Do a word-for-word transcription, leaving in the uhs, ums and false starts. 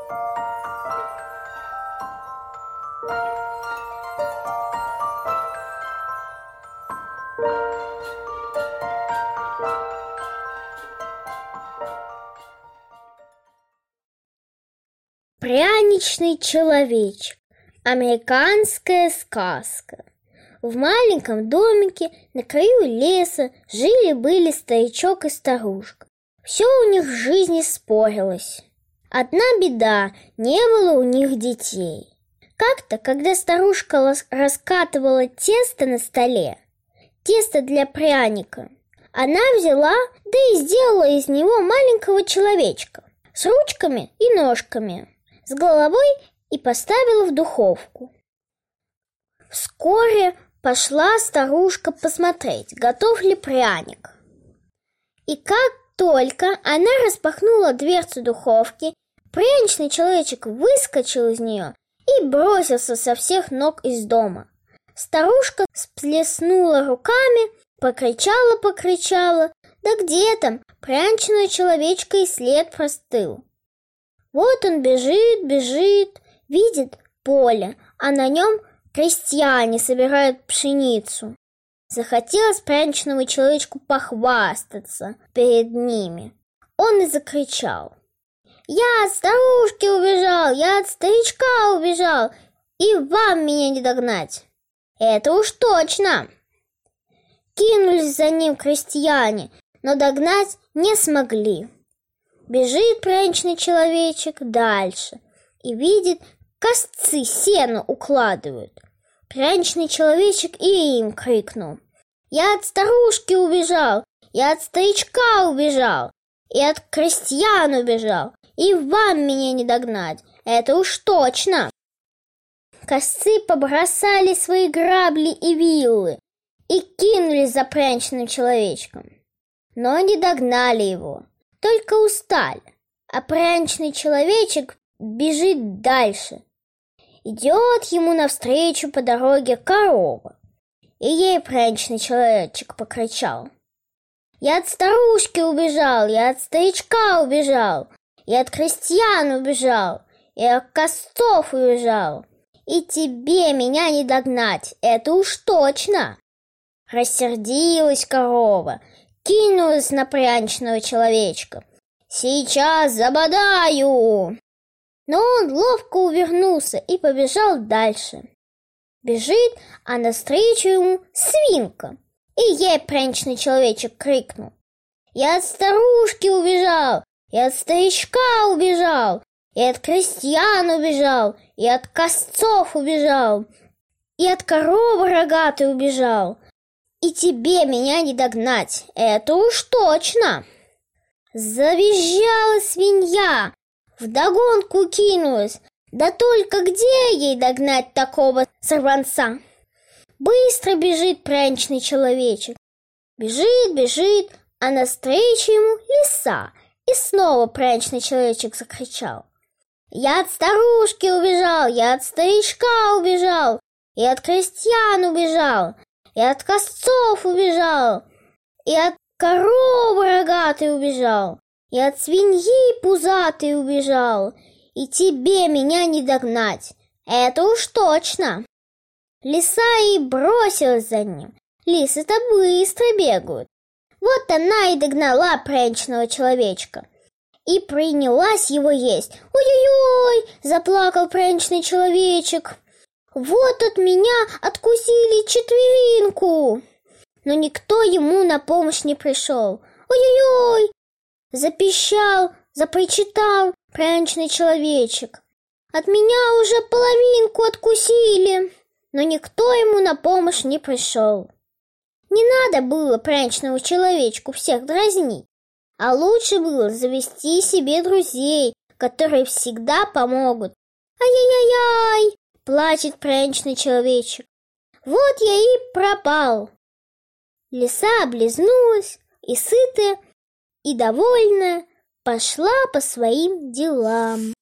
Пряничный человечек. Американская сказка. В маленьком домике на краю леса жили-были старичок и старушка. Все у них в жизни спорилось. Одна беда – не было у них детей. Как-то, когда старушка раскатывала тесто на столе, тесто для пряника, она взяла, да и сделала из него маленького человечка с ручками и ножками, с головой и поставила в духовку. Вскоре пошла старушка посмотреть, готов ли пряник. И как только она распахнула дверцу духовки, пряничный человечек выскочил из нее и бросился со всех ног из дома. Старушка сплеснула руками, покричала-покричала, да где там, пряничного человечка и след простыл. Вот он бежит, бежит, видит поле, а на нем крестьяне собирают пшеницу. Захотелось пряничному человечку похвастаться перед ними. Он и закричал: «Я от старушки убежал, я от старичка убежал, и вам меня не догнать!» «Это уж точно!» Кинулись за ним крестьяне, но догнать не смогли. Бежит пряничный человечек дальше и видит, косцы сено укладывают. Пряничный человечек и им крикнул: «Я от старушки убежал, я от старичка убежал, и от крестьян убежал, и вам меня не догнать, это уж точно!» Косцы побросали свои грабли и виллы и кинулись за пряничным человечком, но не догнали его, только устали, а пряничный человечек бежит дальше. Идет ему навстречу по дороге корова, и ей пряничный человечек покричал: «Я от старушки убежал, я от старичка убежал, я от крестьян убежал, я от косцов убежал, и тебе меня не догнать, это уж точно!» Рассердилась корова, кинулась на пряничного человечка. «Сейчас забодаю!» Но он ловко увернулся и побежал дальше. Бежит, а навстречу ему свинка. И ей пряничный человечек крикнул: «Я от старушки убежал, я от старичка убежал, и от крестьян убежал, и от косцов убежал, и от коровы рогатой убежал, и тебе меня не догнать, это уж точно!» Завизжала свинья, вдогонку кинулась, да только где ей догнать такого сорванца? Быстро бежит пряничный человечек, бежит, бежит, а навстречу ему лиса, и снова пряничный человечек закричал: «Я от старушки убежал, я от старичка убежал, и от крестьян убежал, и от косцов убежал, и от коровы рогатой убежал, и от свиньи пузатой убежал, и тебе меня не догнать, это уж точно!» Лиса и бросилась за ним. Лисы-то быстро бегают. Вот она и догнала пряничного человечка и принялась его есть. «Ой-ой-ой!» – заплакал пряничный человечек. «Вот от меня откусили четверинку!» Но никто ему на помощь не пришел. «Ой-ой-ой!» – запищал, запричитал пряничный человечек. «От меня уже половинку откусили!» Но никто ему на помощь не пришел. Не надо было пряничному человечку всех дразнить, а лучше было завести себе друзей, которые всегда помогут. «Ай-яй-яй-яй!» – плачет пряничный человечек. «Вот я и пропал!» Лиса облизнулась и, сытая, и довольная, пошла по своим делам.